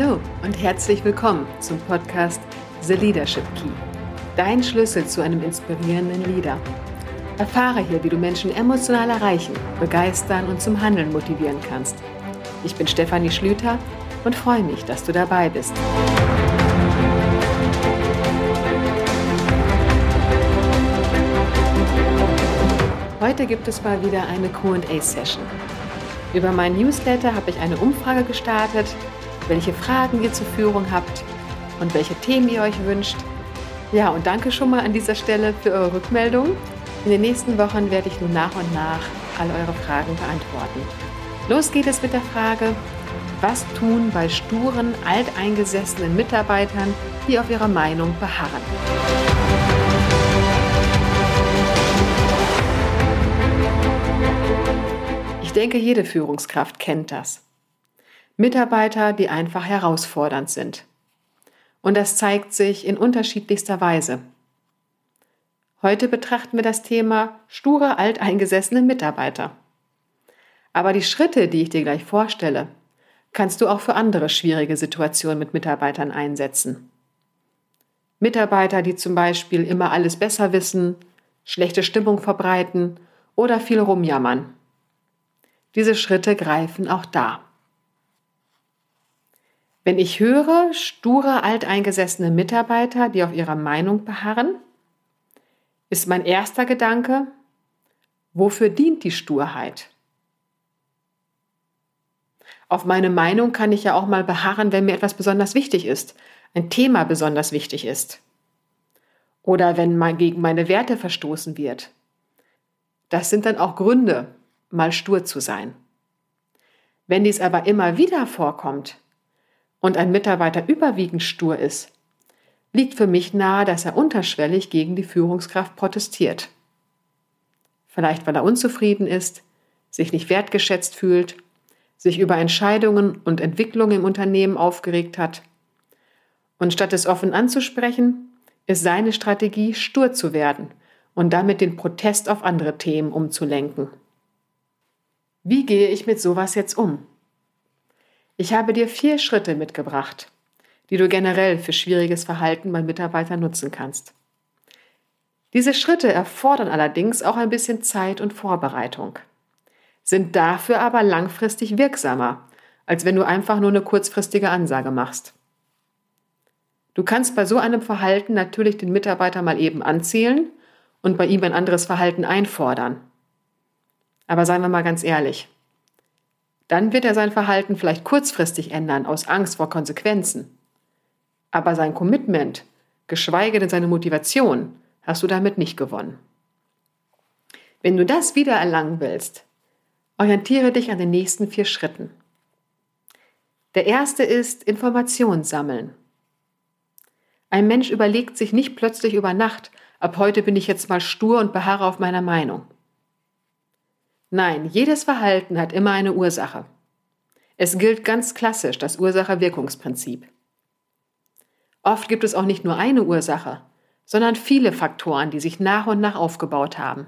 Hallo und herzlich willkommen zum Podcast The Leadership Key. Dein Schlüssel zu einem inspirierenden Leader. Erfahre hier, wie du Menschen emotional erreichen, begeistern und zum Handeln motivieren kannst. Ich bin Stefanie Schlüter und freue mich, dass du dabei bist. Heute gibt es mal wieder eine Q&A-Session. Über meinen Newsletter habe ich eine Umfrage gestartet, welche Fragen ihr zur Führung habt und welche Themen ihr euch wünscht. Ja, und danke schon mal an dieser Stelle für eure Rückmeldung. In den nächsten Wochen werde ich nun nach und nach all eure Fragen beantworten. Los geht es mit der Frage, was tun bei sturen, alteingesessenen Mitarbeitern, die auf ihrer Meinung beharren? Ich denke, jede Führungskraft kennt das. Mitarbeiter, die einfach herausfordernd sind. Und das zeigt sich in unterschiedlichster Weise. Heute betrachten wir das Thema sture, alteingesessene Mitarbeiter. Aber die Schritte, die ich dir gleich vorstelle, kannst du auch für andere schwierige Situationen mit Mitarbeitern einsetzen. Mitarbeiter, die zum Beispiel immer alles besser wissen, schlechte Stimmung verbreiten oder viel rumjammern. Diese Schritte greifen auch da. Wenn ich höre, sture, alteingesessene Mitarbeiter, die auf ihrer Meinung beharren, ist mein erster Gedanke, wofür dient die Sturheit? Auf meine Meinung kann ich ja auch mal beharren, wenn mir etwas besonders wichtig ist, ein Thema besonders wichtig ist. Oder wenn mal gegen meine Werte verstoßen wird. Das sind dann auch Gründe, mal stur zu sein. Wenn dies aber immer wieder vorkommt und ein Mitarbeiter überwiegend stur ist, liegt für mich nahe, dass er unterschwellig gegen die Führungskraft protestiert. Vielleicht weil er unzufrieden ist, sich nicht wertgeschätzt fühlt, sich über Entscheidungen und Entwicklungen im Unternehmen aufgeregt hat. Und statt es offen anzusprechen, ist seine Strategie, stur zu werden und damit den Protest auf andere Themen umzulenken. Wie gehe ich mit sowas jetzt um? Ich habe dir 4 Schritte mitgebracht, die du generell für schwieriges Verhalten bei Mitarbeitern nutzen kannst. Diese Schritte erfordern allerdings auch ein bisschen Zeit und Vorbereitung, sind dafür aber langfristig wirksamer, als wenn du einfach nur eine kurzfristige Ansage machst. Du kannst bei so einem Verhalten natürlich den Mitarbeiter mal eben anzählen und bei ihm ein anderes Verhalten einfordern. Aber seien wir mal ganz ehrlich, dann wird er sein Verhalten vielleicht kurzfristig ändern, aus Angst vor Konsequenzen. Aber sein Commitment, geschweige denn seine Motivation, hast du damit nicht gewonnen. Wenn du das wiedererlangen willst, orientiere dich an den nächsten 4 Schritten. Der erste ist Information sammeln. Ein Mensch überlegt sich nicht plötzlich über Nacht, ab heute bin ich jetzt mal stur und beharre auf meiner Meinung. Nein, jedes Verhalten hat immer eine Ursache. Es gilt ganz klassisch das Ursache-Wirkungsprinzip. Oft gibt es auch nicht nur eine Ursache, sondern viele Faktoren, die sich nach und nach aufgebaut haben.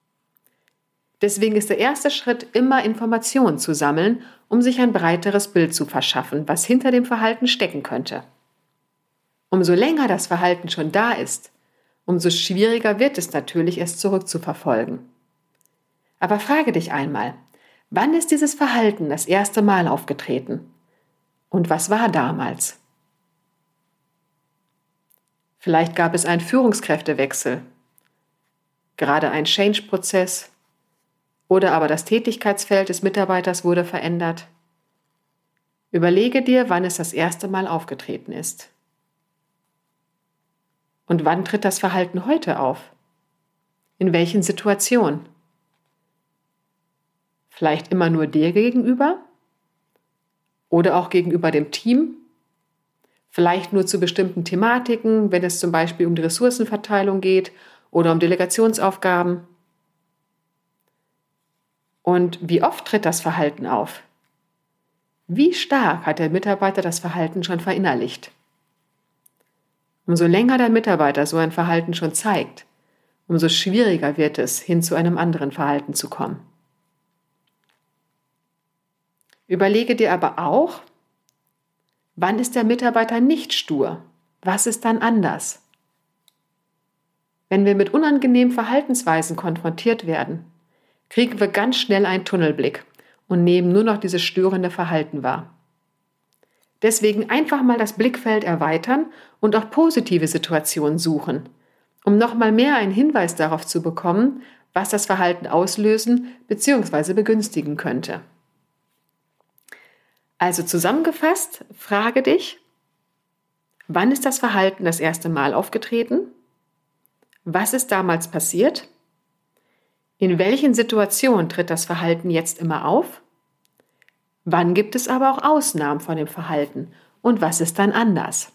Deswegen ist der erste Schritt immer Informationen zu sammeln, um sich ein breiteres Bild zu verschaffen, was hinter dem Verhalten stecken könnte. Umso länger das Verhalten schon da ist, umso schwieriger wird es natürlich, es zurückzuverfolgen. Aber frage dich einmal, wann ist dieses Verhalten das erste Mal aufgetreten? Und was war damals? Vielleicht gab es einen Führungskräftewechsel, gerade einen Change-Prozess oder aber das Tätigkeitsfeld des Mitarbeiters wurde verändert. Überlege dir, wann es das erste Mal aufgetreten ist. Und wann tritt das Verhalten heute auf? In welchen Situationen? Vielleicht immer nur dir gegenüber oder auch gegenüber dem Team, vielleicht nur zu bestimmten Thematiken, wenn es zum Beispiel um die Ressourcenverteilung geht oder um Delegationsaufgaben. Und wie oft tritt das Verhalten auf? Wie stark hat der Mitarbeiter das Verhalten schon verinnerlicht? Umso länger der Mitarbeiter so ein Verhalten schon zeigt, umso schwieriger wird es, hin zu einem anderen Verhalten zu kommen. Überlege dir aber auch, Wann ist der Mitarbeiter nicht stur? Was ist dann anders? Wenn wir mit unangenehmen Verhaltensweisen konfrontiert werden, kriegen wir ganz schnell einen Tunnelblick und nehmen nur noch dieses störende Verhalten wahr. Deswegen einfach mal das Blickfeld erweitern und auch positive Situationen suchen, um nochmal mehr einen Hinweis darauf zu bekommen, was das Verhalten auslösen bzw. begünstigen könnte. Also zusammengefasst, frage dich, wann ist das Verhalten das erste Mal aufgetreten? Was ist damals passiert? In welchen Situationen tritt das Verhalten jetzt immer auf? Wann gibt es aber auch Ausnahmen von dem Verhalten und was ist dann anders?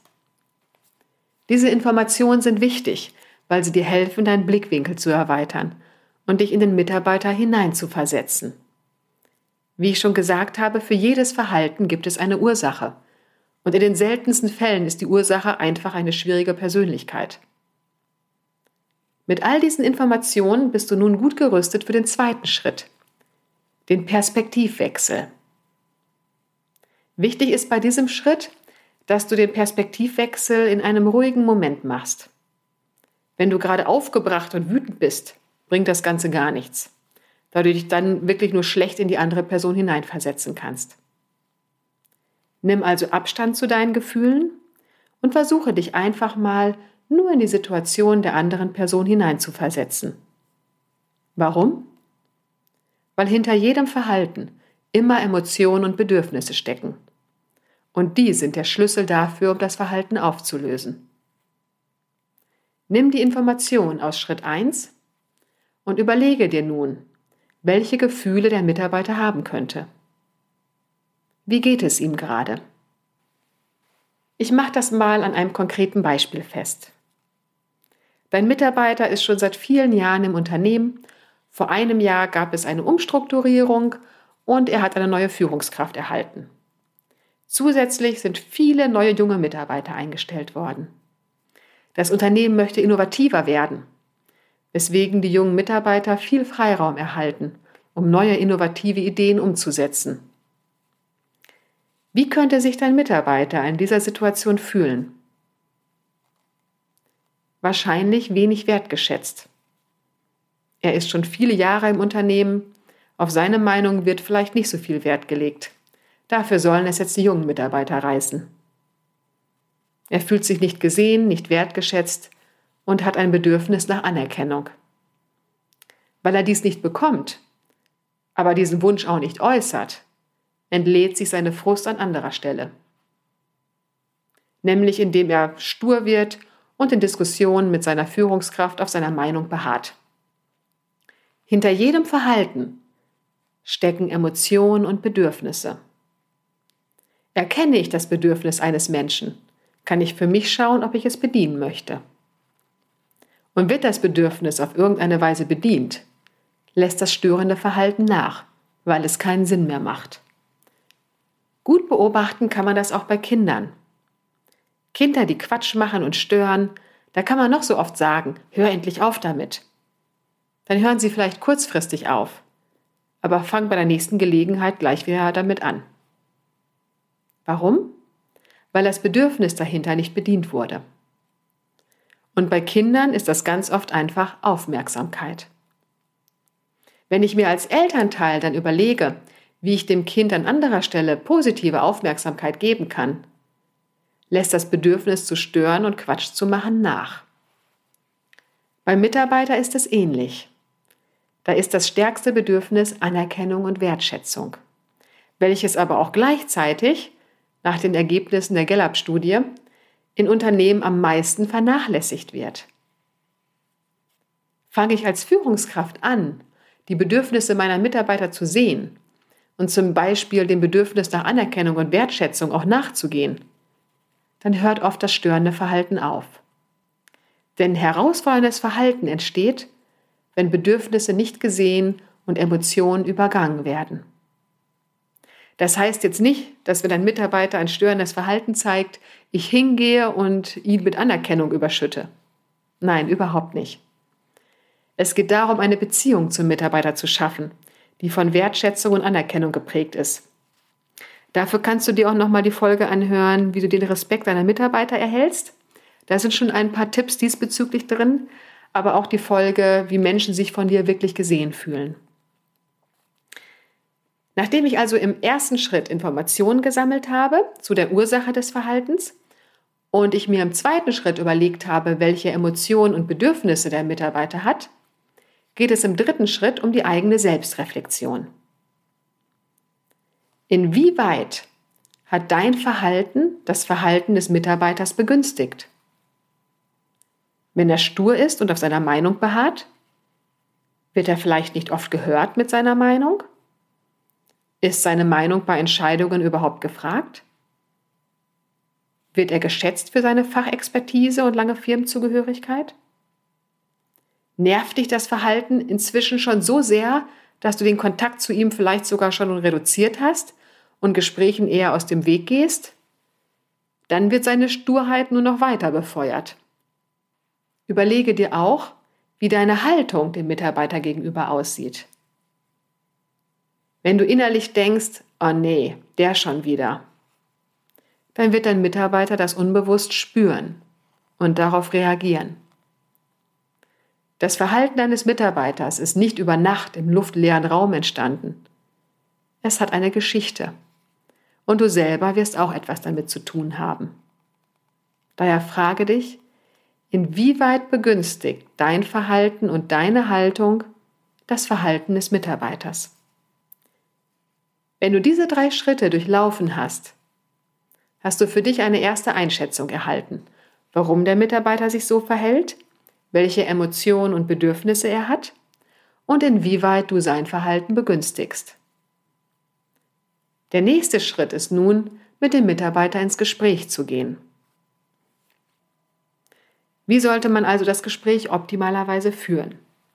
Diese Informationen sind wichtig, weil sie dir helfen, deinen Blickwinkel zu erweitern und dich in den Mitarbeiter hineinzuversetzen. Wie ich schon gesagt habe, für jedes Verhalten gibt es eine Ursache. Und in den seltensten Fällen ist die Ursache einfach eine schwierige Persönlichkeit. Mit all diesen Informationen bist du nun gut gerüstet für den zweiten Schritt, den Perspektivwechsel. Wichtig ist bei diesem Schritt, dass du den Perspektivwechsel in einem ruhigen Moment machst. Wenn du gerade aufgebracht und wütend bist, bringt das Ganze gar nichts, da du dich dann wirklich nur schlecht in die andere Person hineinversetzen kannst. Nimm also Abstand zu deinen Gefühlen und versuche dich einfach mal nur in die Situation der anderen Person hineinzuversetzen. Warum? Weil hinter jedem Verhalten immer Emotionen und Bedürfnisse stecken. Und die sind der Schlüssel dafür, um das Verhalten aufzulösen. Nimm die Information aus Schritt 1 und überlege dir nun, welche Gefühle der Mitarbeiter haben könnte. Wie geht es ihm gerade? Ich mache das mal an einem konkreten Beispiel fest. Dein Mitarbeiter ist schon seit vielen Jahren im Unternehmen. Vor einem Jahr gab es eine Umstrukturierung und er hat eine neue Führungskraft erhalten. Zusätzlich sind viele neue junge Mitarbeiter eingestellt worden. Das Unternehmen möchte innovativer werden, weswegen die jungen Mitarbeiter viel Freiraum erhalten, um neue innovative Ideen umzusetzen. Wie könnte sich dein Mitarbeiter in dieser Situation fühlen? Wahrscheinlich wenig wertgeschätzt. Er ist schon viele Jahre im Unternehmen, auf seine Meinung wird vielleicht nicht so viel Wert gelegt. Dafür sollen es jetzt die jungen Mitarbeiter reißen. Er fühlt sich nicht gesehen, nicht wertgeschätzt und hat ein Bedürfnis nach Anerkennung. Weil er dies nicht bekommt, aber diesen Wunsch auch nicht äußert, entlädt sich seine Frust an anderer Stelle. Nämlich indem er stur wird und in Diskussionen mit seiner Führungskraft auf seiner Meinung beharrt. Hinter jedem Verhalten stecken Emotionen und Bedürfnisse. Erkenne ich das Bedürfnis eines Menschen, kann ich für mich schauen, ob ich es bedienen möchte. Und wird das Bedürfnis auf irgendeine Weise bedient, lässt das störende Verhalten nach, weil es keinen Sinn mehr macht. Gut beobachten kann man das auch bei Kindern. Kinder, die Quatsch machen und stören, da kann man noch so oft sagen, hör endlich auf damit. Dann hören sie vielleicht kurzfristig auf, aber fangen bei der nächsten Gelegenheit gleich wieder damit an. Warum? Weil das Bedürfnis dahinter nicht bedient wurde. Und bei Kindern ist das ganz oft einfach Aufmerksamkeit. Wenn ich mir als Elternteil dann überlege, wie ich dem Kind an anderer Stelle positive Aufmerksamkeit geben kann, lässt das Bedürfnis zu stören und Quatsch zu machen nach. Beim Mitarbeiter ist es ähnlich. Da ist das stärkste Bedürfnis Anerkennung und Wertschätzung, welches aber auch gleichzeitig, nach den Ergebnissen der Gallup-Studie, in Unternehmen am meisten vernachlässigt wird. Fange ich als Führungskraft an, die Bedürfnisse meiner Mitarbeiter zu sehen und zum Beispiel dem Bedürfnis nach Anerkennung und Wertschätzung auch nachzugehen, dann hört oft das störende Verhalten auf. Denn herausforderndes Verhalten entsteht, wenn Bedürfnisse nicht gesehen und Emotionen übergangen werden. Das heißt jetzt nicht, dass wenn ein Mitarbeiter ein störendes Verhalten zeigt, ich hingehe und ihn mit Anerkennung überschütte. Nein, überhaupt nicht. Es geht darum, eine Beziehung zum Mitarbeiter zu schaffen, die von Wertschätzung und Anerkennung geprägt ist. Dafür kannst du dir auch nochmal die Folge anhören, wie du den Respekt deiner Mitarbeiter erhältst. Da sind schon ein paar Tipps diesbezüglich drin, aber auch die Folge, wie Menschen sich von dir wirklich gesehen fühlen. Nachdem ich also im ersten Schritt Informationen gesammelt habe zu der Ursache des Verhaltens und ich mir im zweiten Schritt überlegt habe, welche Emotionen und Bedürfnisse der Mitarbeiter hat, geht es im dritten Schritt um die eigene Selbstreflexion. Inwieweit hat dein Verhalten das Verhalten des Mitarbeiters begünstigt? Wenn er stur ist und auf seiner Meinung beharrt, wird er vielleicht nicht oft gehört mit seiner Meinung? Ist seine Meinung bei Entscheidungen überhaupt gefragt? Wird er geschätzt für seine Fachexpertise und lange Firmenzugehörigkeit? Nervt dich das Verhalten inzwischen schon so sehr, dass du den Kontakt zu ihm vielleicht sogar schon reduziert hast und Gesprächen eher aus dem Weg gehst? Dann wird seine Sturheit nur noch weiter befeuert. Überlege dir auch, wie deine Haltung dem Mitarbeiter gegenüber aussieht. Wenn du innerlich denkst, oh nee, der schon wieder, dann wird dein Mitarbeiter das unbewusst spüren und darauf reagieren. Das Verhalten deines Mitarbeiters ist nicht über Nacht im luftleeren Raum entstanden. Es hat eine Geschichte. Und du selber wirst auch etwas damit zu tun haben. Daher frage dich, inwieweit begünstigt dein Verhalten und deine Haltung das Verhalten des Mitarbeiters? Wenn du diese 3 Schritte durchlaufen hast, hast du für dich eine erste Einschätzung erhalten, warum der Mitarbeiter sich so verhält, welche Emotionen und Bedürfnisse er hat und inwieweit du sein Verhalten begünstigst. Der nächste Schritt ist nun, mit dem Mitarbeiter ins Gespräch zu gehen. Wie sollte man also das Gespräch optimalerweise führen?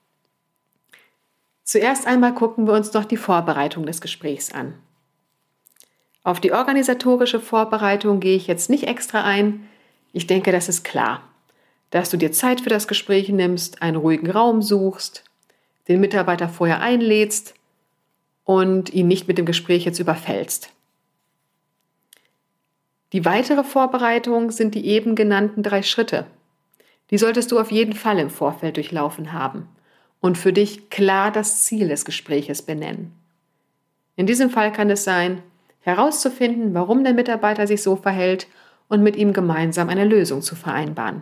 Zuerst einmal gucken wir uns doch die Vorbereitung des Gesprächs an. Auf die organisatorische Vorbereitung gehe ich jetzt nicht extra ein. Ich denke, das ist klar, dass du dir Zeit für das Gespräch nimmst, einen ruhigen Raum suchst, den Mitarbeiter vorher einlädst und ihn nicht mit dem Gespräch jetzt überfällst. Die weitere Vorbereitung sind die eben genannten 3 Schritte. Die solltest du auf jeden Fall im Vorfeld durchlaufen haben und für dich klar das Ziel des Gespräches benennen. In diesem Fall kann es sein, herauszufinden, warum der Mitarbeiter sich so verhält und mit ihm gemeinsam eine Lösung zu vereinbaren.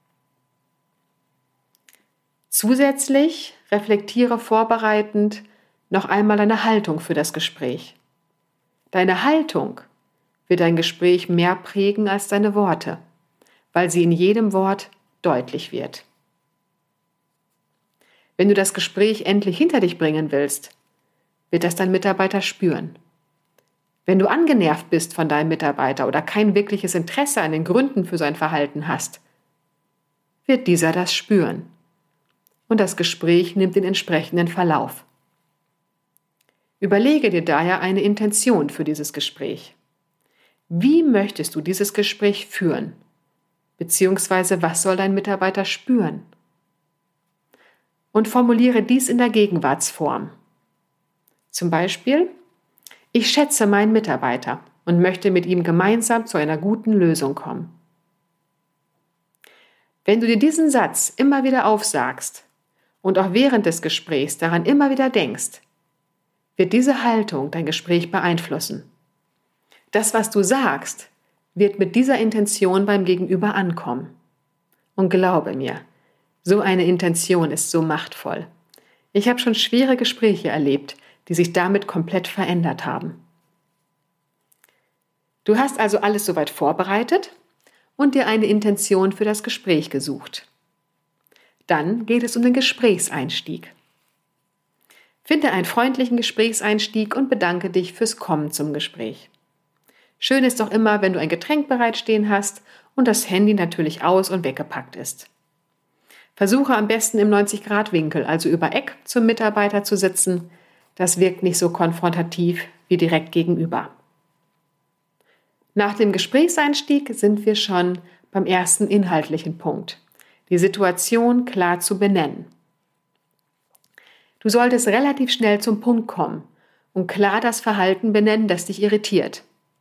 Zusätzlich reflektiere vorbereitend noch einmal deine Haltung für das Gespräch. Deine Haltung wird dein Gespräch mehr prägen als deine Worte, weil sie in jedem Wort deutlich wird. Wenn du das Gespräch endlich hinter dich bringen willst, wird das dein Mitarbeiter spüren. Wenn du angenervt bist von deinem Mitarbeiter oder kein wirkliches Interesse an den Gründen für sein Verhalten hast, wird dieser das spüren. Und das Gespräch nimmt den entsprechenden Verlauf. Überlege dir daher eine Intention für dieses Gespräch. Wie möchtest du dieses Gespräch führen? Beziehungsweise was soll dein Mitarbeiter spüren? Und formuliere dies in der Gegenwartsform. Zum Beispiel: Ich schätze meinen Mitarbeiter und möchte mit ihm gemeinsam zu einer guten Lösung kommen. Wenn du dir diesen Satz immer wieder aufsagst und auch während des Gesprächs daran immer wieder denkst, wird diese Haltung dein Gespräch beeinflussen. Das, was du sagst, wird mit dieser Intention beim Gegenüber ankommen. Und glaube mir, so eine Intention ist so machtvoll. Ich habe schon schwere Gespräche erlebt, die sich damit komplett verändert haben. Du hast also alles soweit vorbereitet und dir eine Intention für das Gespräch gesucht. Dann geht es um den Gesprächseinstieg. Finde einen freundlichen Gesprächseinstieg und bedanke dich fürs Kommen zum Gespräch. Schön ist doch immer, wenn du ein Getränk bereitstehen hast und das Handy natürlich aus und weggepackt ist. Versuche am besten im 90-Grad-Winkel, also über Eck, zum Mitarbeiter zu sitzen. Das wirkt nicht so konfrontativ wie direkt gegenüber. Nach dem Gesprächseinstieg sind wir schon beim ersten inhaltlichen Punkt, die Situation klar zu benennen. Du solltest relativ schnell zum Punkt kommen und klar das Verhalten benennen, das dich irritiert.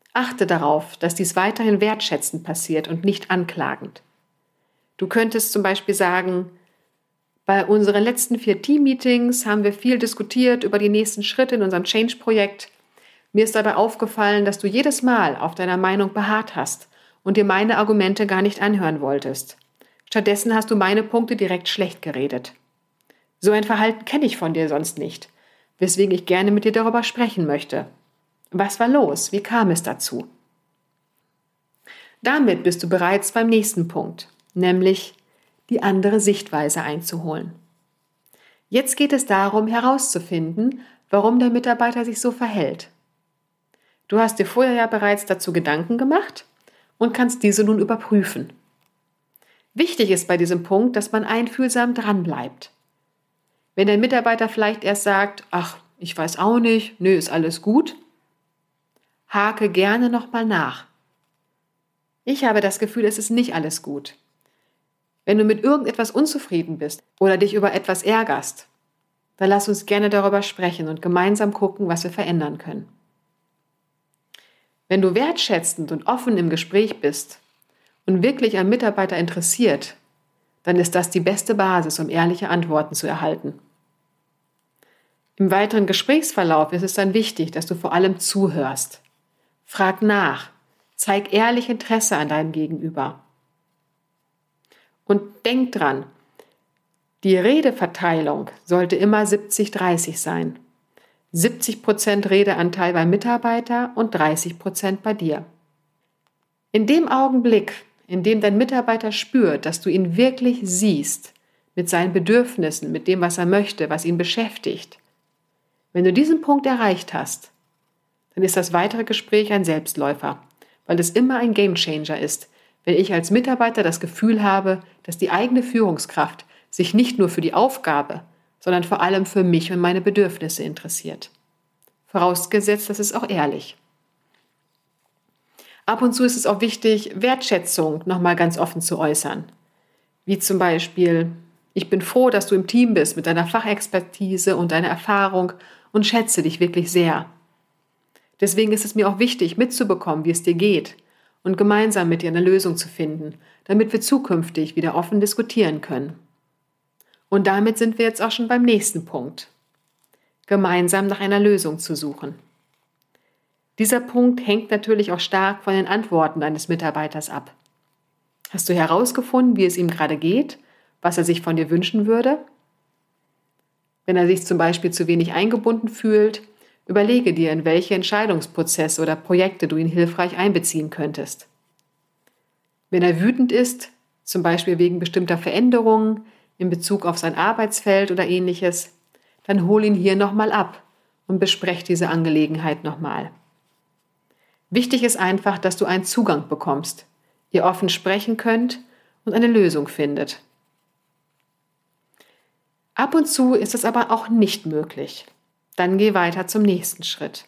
Achte darauf, dass dies weiterhin wertschätzend passiert und nicht anklagend. Du könntest zum Beispiel sagen, bei unseren letzten 4 Team-Meetings haben wir viel diskutiert über die nächsten Schritte in unserem Change-Projekt. Mir ist dabei aufgefallen, dass du jedes Mal auf deiner Meinung beharrt hast und dir meine Argumente gar nicht anhören wolltest. Stattdessen hast du meine Punkte direkt schlecht geredet. So ein Verhalten kenne ich von dir sonst nicht, weswegen ich gerne mit dir darüber sprechen möchte. Was war los? Wie kam es dazu? Damit bist du bereits beim nächsten Punkt, nämlich die andere Sichtweise einzuholen. Jetzt geht es darum, herauszufinden, warum der Mitarbeiter sich so verhält. Du hast dir vorher ja bereits dazu Gedanken gemacht und kannst diese nun überprüfen. Wichtig ist bei diesem Punkt, dass man einfühlsam dranbleibt. Wenn der Mitarbeiter vielleicht erst sagt, ach, ich weiß auch nicht, nö, ist alles gut, hake gerne nochmal nach. Ich habe das Gefühl, es ist nicht alles gut. Wenn du mit irgendetwas unzufrieden bist oder dich über etwas ärgerst, dann lass uns gerne darüber sprechen und gemeinsam gucken, was wir verändern können. Wenn du wertschätzend und offen im Gespräch bist und wirklich am Mitarbeiter interessiert, dann ist das die beste Basis, um ehrliche Antworten zu erhalten. Im weiteren Gesprächsverlauf ist es dann wichtig, dass du vor allem zuhörst. Frag nach, zeig ehrlich Interesse an deinem Gegenüber. Und denk dran, die Redeverteilung sollte immer 70-30 sein. 70% Redeanteil beim Mitarbeiter und 30% bei dir. In dem Augenblick, in dem dein Mitarbeiter spürt, dass du ihn wirklich siehst, mit seinen Bedürfnissen, mit dem, was er möchte, was ihn beschäftigt, wenn du diesen Punkt erreicht hast, dann ist das weitere Gespräch ein Selbstläufer, weil es immer ein Gamechanger ist, wenn ich als Mitarbeiter das Gefühl habe, dass die eigene Führungskraft sich nicht nur für die Aufgabe, sondern vor allem für mich und meine Bedürfnisse interessiert. Vorausgesetzt, das ist auch ehrlich. Ab und zu ist es auch wichtig, Wertschätzung nochmal ganz offen zu äußern. Wie zum Beispiel, ich bin froh, dass du im Team bist mit deiner Fachexpertise und deiner Erfahrung und schätze dich wirklich sehr. Deswegen ist es mir auch wichtig, mitzubekommen, wie es dir geht und gemeinsam mit dir eine Lösung zu finden, damit wir zukünftig wieder offen diskutieren können. Und damit sind wir jetzt auch schon beim nächsten Punkt. Gemeinsam nach einer Lösung zu suchen. Dieser Punkt hängt natürlich auch stark von den Antworten deines Mitarbeiters ab. Hast du herausgefunden, wie es ihm gerade geht, was er sich von dir wünschen würde? Wenn er sich zum Beispiel zu wenig eingebunden fühlt, überlege dir, in welche Entscheidungsprozesse oder Projekte du ihn hilfreich einbeziehen könntest. Wenn er wütend ist, zum Beispiel wegen bestimmter Veränderungen in Bezug auf sein Arbeitsfeld oder ähnliches, dann hol ihn hier nochmal ab und besprecht diese Angelegenheit nochmal. Wichtig ist einfach, dass du einen Zugang bekommst, ihr offen sprechen könnt und eine Lösung findet. Ab und zu ist es aber auch nicht möglich. Dann geh weiter zum nächsten Schritt.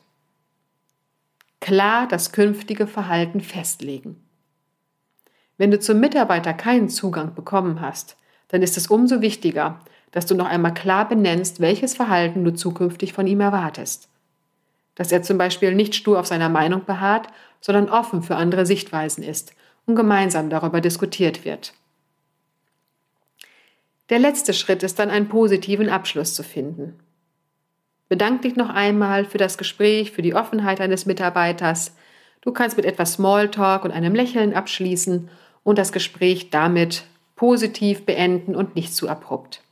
Klar das künftige Verhalten festlegen. Wenn du zum Mitarbeiter keinen Zugang bekommen hast, dann ist es umso wichtiger, dass du noch einmal klar benennst, welches Verhalten du zukünftig von ihm erwartest. Dass er zum Beispiel nicht stur auf seiner Meinung beharrt, sondern offen für andere Sichtweisen ist und gemeinsam darüber diskutiert wird. Der letzte Schritt ist dann, einen positiven Abschluss zu finden. Bedank dich noch einmal für das Gespräch, für die Offenheit deines Mitarbeiters. Du kannst mit etwas Smalltalk und einem Lächeln abschließen und das Gespräch damit positiv beenden und nicht zu abrupt.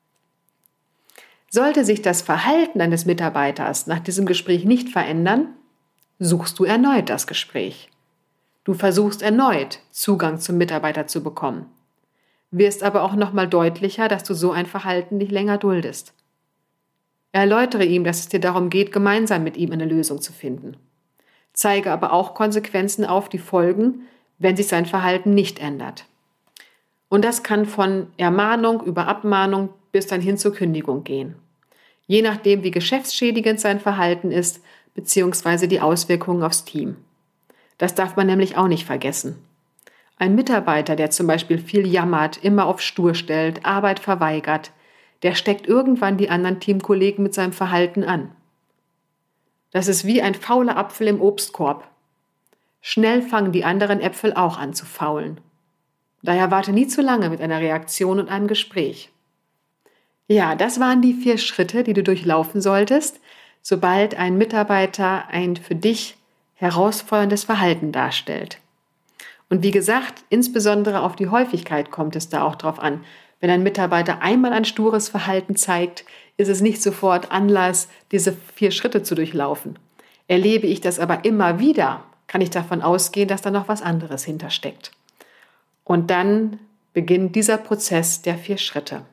Sollte sich das Verhalten deines Mitarbeiters nach diesem Gespräch nicht verändern, suchst du erneut das Gespräch. Du versuchst erneut, Zugang zum Mitarbeiter zu bekommen. Wirst aber auch nochmal deutlicher, dass du so ein Verhalten nicht länger duldest. Erläutere ihm, dass es dir darum geht, gemeinsam mit ihm eine Lösung zu finden. Zeige aber auch Konsequenzen auf, die folgen, wenn sich sein Verhalten nicht ändert. Und das kann von Ermahnung über Abmahnung bis dann hin zur Kündigung gehen. Je nachdem, wie geschäftsschädigend sein Verhalten ist, beziehungsweise die Auswirkungen aufs Team. Das darf man nämlich auch nicht vergessen. Ein Mitarbeiter, der zum Beispiel viel jammert, immer auf stur stellt, Arbeit verweigert, der steckt irgendwann die anderen Teamkollegen mit seinem Verhalten an. Das ist wie ein fauler Apfel im Obstkorb. Schnell fangen die anderen Äpfel auch an zu faulen. Daher warte nie zu lange mit einer Reaktion und einem Gespräch. Ja, das waren die 4 Schritte, die du durchlaufen solltest, sobald ein Mitarbeiter ein für dich herausforderndes Verhalten darstellt. Und wie gesagt, insbesondere auf die Häufigkeit kommt es da auch drauf an. Wenn ein Mitarbeiter einmal ein stures Verhalten zeigt, ist es nicht sofort Anlass, diese 4 Schritte zu durchlaufen. Erlebe ich das aber immer wieder, kann ich davon ausgehen, dass da noch was anderes hintersteckt. Und dann beginnt dieser Prozess der 4 Schritte.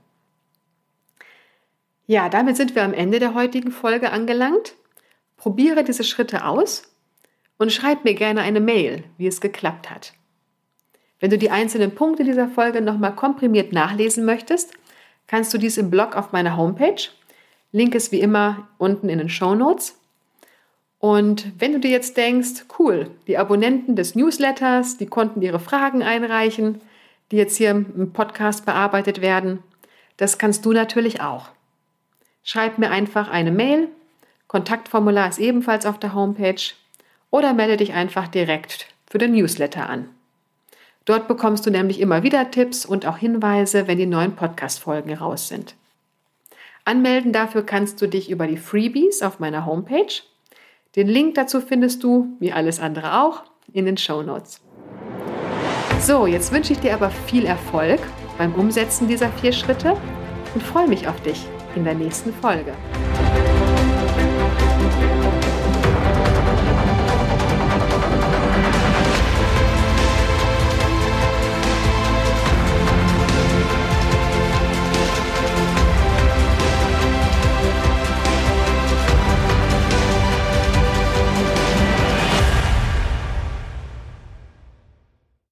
Ja, damit sind wir am Ende der heutigen Folge angelangt. Probiere diese Schritte aus und schreib mir gerne eine Mail, wie es geklappt hat. Wenn du die einzelnen Punkte dieser Folge nochmal komprimiert nachlesen möchtest, kannst du dies im Blog auf meiner Homepage. Link ist wie immer unten in den Shownotes. Und wenn du dir jetzt denkst, cool, die Abonnenten des Newsletters, die konnten ihre Fragen einreichen, die jetzt hier im Podcast bearbeitet werden, das kannst du natürlich auch. Schreib mir einfach eine Mail, Kontaktformular ist ebenfalls auf der Homepage, oder melde dich einfach direkt für den Newsletter an. Dort bekommst du nämlich immer wieder Tipps und auch Hinweise, wenn die neuen Podcast-Folgen raus sind. Anmelden dafür kannst du dich über die Freebies auf meiner Homepage. Den Link dazu findest du, wie alles andere auch, in den Shownotes. So, jetzt wünsche ich dir aber viel Erfolg beim Umsetzen dieser 4 Schritte und freue mich auf dich in der nächsten Folge.